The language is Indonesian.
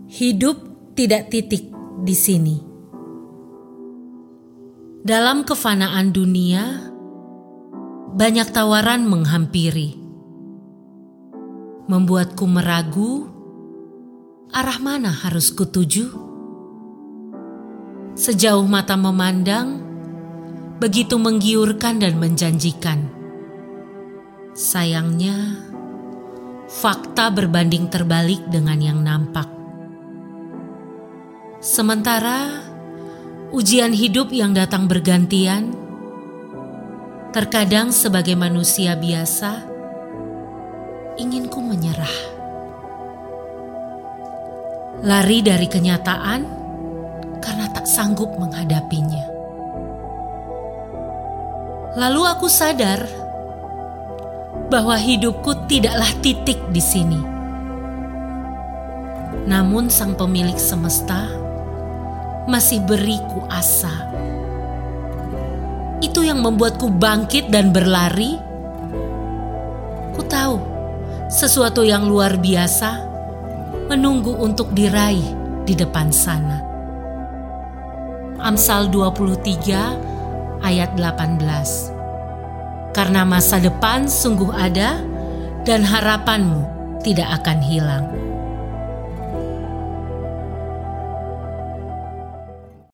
Hidup tidak titik di sini. Dalam kefanaan dunia, banyak tawaran menghampiri, membuatku meragu arah mana harus kutuju. Sejauh mata memandang, begitu menggiurkan dan menjanjikan. Sayangnya, fakta berbanding terbalik dengan yang nampak. Sementara ujian hidup yang datang bergantian, terkadang sebagai manusia biasa, inginku menyerah. Lari dari kenyataan karena tak sanggup menghadapinya. Lalu aku sadar bahwa hidupku tidaklah titik di sini. Namun sang pemilik semesta masih beriku asa. Itu yang membuatku bangkit dan berlari. Ku tahu sesuatu yang luar biasa menunggu untuk diraih di depan sana. Amsal 23 ayat 18. Karena masa depan sungguh ada dan harapanmu tidak akan hilang.